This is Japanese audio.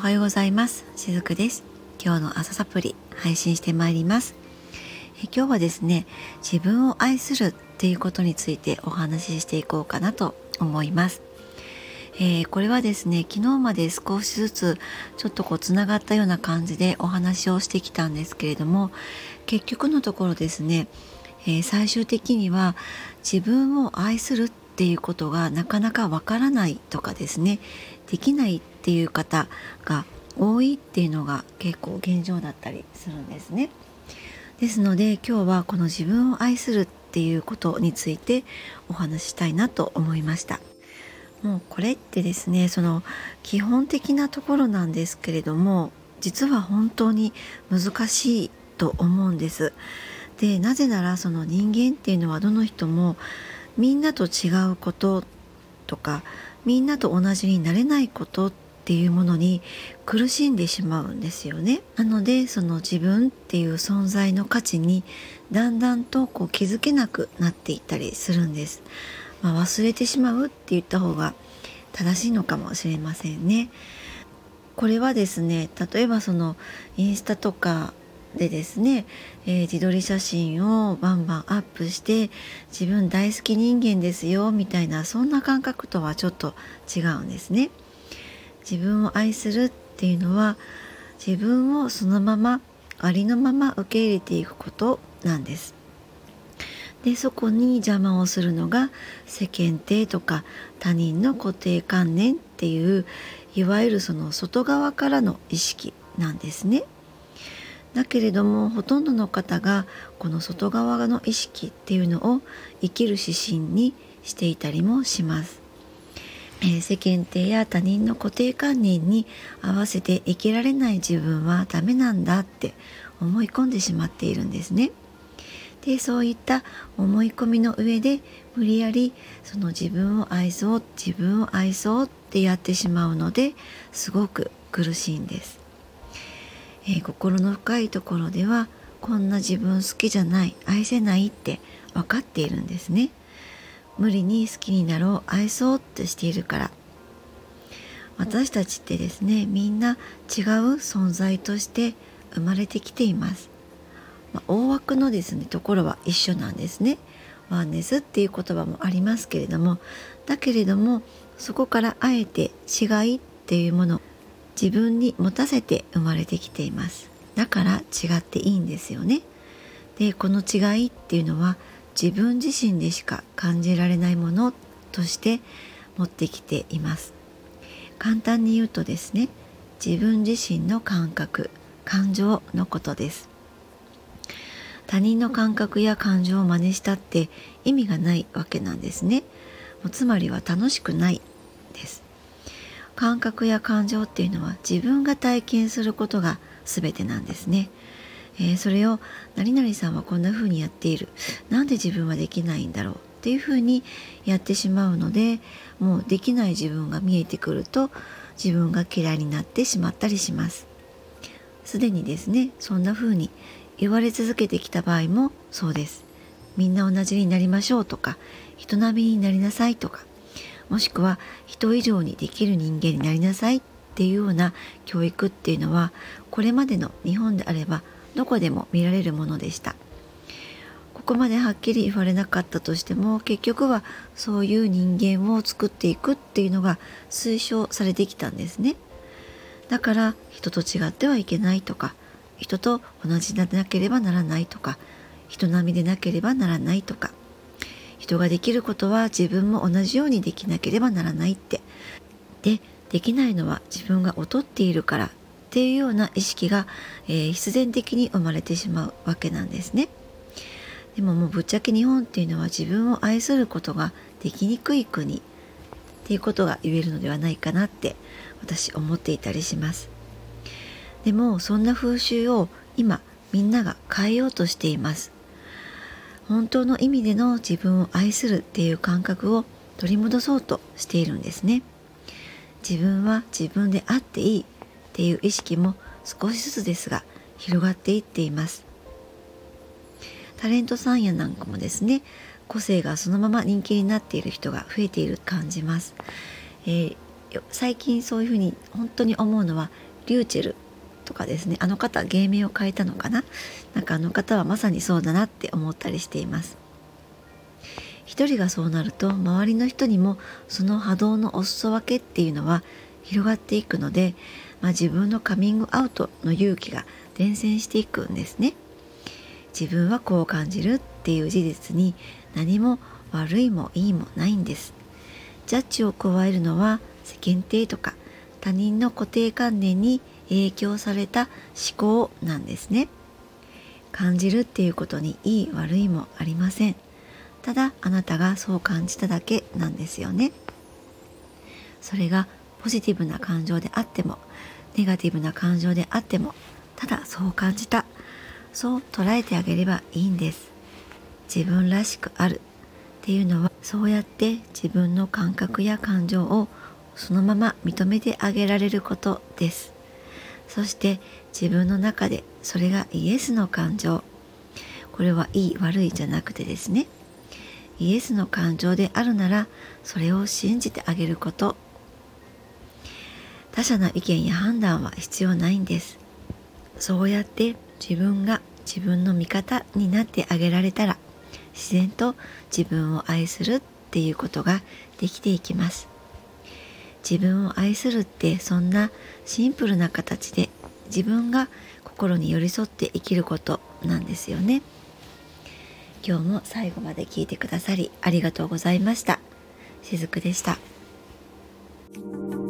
はようございます。しずくです。今日の朝サプリ配信してまいります。今日はですね、自分を愛するっていうことについてお話ししていこうかなと思います。これはですね、昨日まで少しずつちょっとつながったような感じでお話をしてきたんですけれども、結局のところですね、最終的には自分を愛するっていうことがなかなかわからないとかですね、できないっていう方が多いっていうのが結構現状だったりするんですね。ですので今日はこの自分を愛するっていうことについてお話ししたいなと思いました。もうこれってですね、その基本的なところなんですけれども、実は本当に難しいと思うんです。で、なぜならその人間っていうのはどの人もみんなと違うこととか、みんなと同じになれないことっていうものに苦しんでしまうんですよね。なのでその自分っていう存在の価値にだんだんと気づけなくなっていったりするんです。忘れてしまうって言った方が正しいのかもしれませんね。これはですね、例えばそのインスタとかでですね、自撮り写真をバンバンアップして自分大好き人間ですよみたいな、そんな感覚とはちょっと違うんですね。自分を愛するっていうのは自分をそのままありのまま受け入れていくことなんです。で、そこに邪魔をするのが世間体とか他人の固定観念っていう、いわゆるその外側からの意識なんですね。だけれどもほとんどの方がこの外側の意識っていうのを生きる指針にしていたりもします。世間体や他人の固定観念に合わせて生きられない自分はダメなんだって思い込んでしまっているんですね。で、そういった思い込みの上で無理やりその自分を愛そうってやってしまうので、すごく苦しいんです。心の深いところではこんな自分好きじゃない、愛せないって分かっているんですね。無理に好きになろう、愛そうってしているから。私たちってですね、みんな違う存在として生まれてきています。大枠のですねところは一緒なんですね。ワンネスっていう言葉もありますけれども、だけれどもそこからあえて違いっていうものを自分に持たせて生まれてきています。だから違っていいんですよね。で、この違いっていうのは自分自身でしか感じられないものとして持ってきています。簡単に言うとですね、自分自身の感覚、感情のことです。他人の感覚や感情を真似したって意味がないわけなんですね。つまりは楽しくないです。感覚や感情っていうのは自分が体験することが全てなんですね。それを何々さんはこんな風にやっている、なんで自分はできないんだろうっていう風にやってしまうので、もうできない自分が見えてくると自分が嫌いになってしまったりします。すでにですね、そんな風に言われ続けてきた場合もそうです。みんな同じになりましょうとか、人並みになりなさいとか、もしくは人以上にできる人間になりなさいっていうような教育っていうのは、これまでの日本であればどこでも見られるものでした。ここまではっきり言われなかったとしても、結局はそういう人間を作っていくっていうのが推奨されてきたんですね。だから人と違ってはいけないとか、人と同じでなければならないとか、人並みでなければならないとか、人ができることは自分も同じようにできなければならないって。で、できないのは自分が劣っているからっていうような意識が、必然的に生まれてしまうわけなんですね。でももうぶっちゃけ日本っていうのは自分を愛することができにくい国っていうことが言えるのではないかなって私思っていたりします。でもそんな風習を今みんなが変えようとしています。本当の意味での自分を愛するっていう感覚を取り戻そうとしているんですね。自分は自分であっていいっていう意識も少しずつですが広がっていっています。タレントさんやなんかもですね、個性がそのまま人気になっている人が増えている感じます。最近そういうふうに本当に思うのはリューチェルとかですね、あの方芸名を変えたのかな、なんかあの方はまさにそうだなって思ったりしています。一人がそうなると周りの人にもその波動のお裾分けっていうのは広がっていくので、自分のカミングアウトの勇気が伝染していくんですね。自分はこう感じるっていう事実に何も悪いもいいもないんです。ジャッジを加えるのは世間体とか他人の固定観念に影響された思考なんですね。感じるっていうことにいい悪いもありません。ただあなたがそう感じただけなんですよね。それがポジティブな感情であってもネガティブな感情であっても、ただそう感じた、そう捉えてあげればいいんです。自分らしくあるっていうのは、そうやって自分の感覚や感情をそのまま認めてあげられることです。そして自分の中でそれがイエスの感情、これはいい悪いじゃなくてですね、イエスの感情であるならそれを信じてあげること。他者の意見や判断は必要ないんです。そうやって自分が自分の味方になってあげられたら、自然と自分を愛するっていうことができていきます。自分を愛するってそんなシンプルな形で自分が心に寄り添って生きることなんですよね。今日も最後まで聞いてくださりありがとうございました。しずくでした。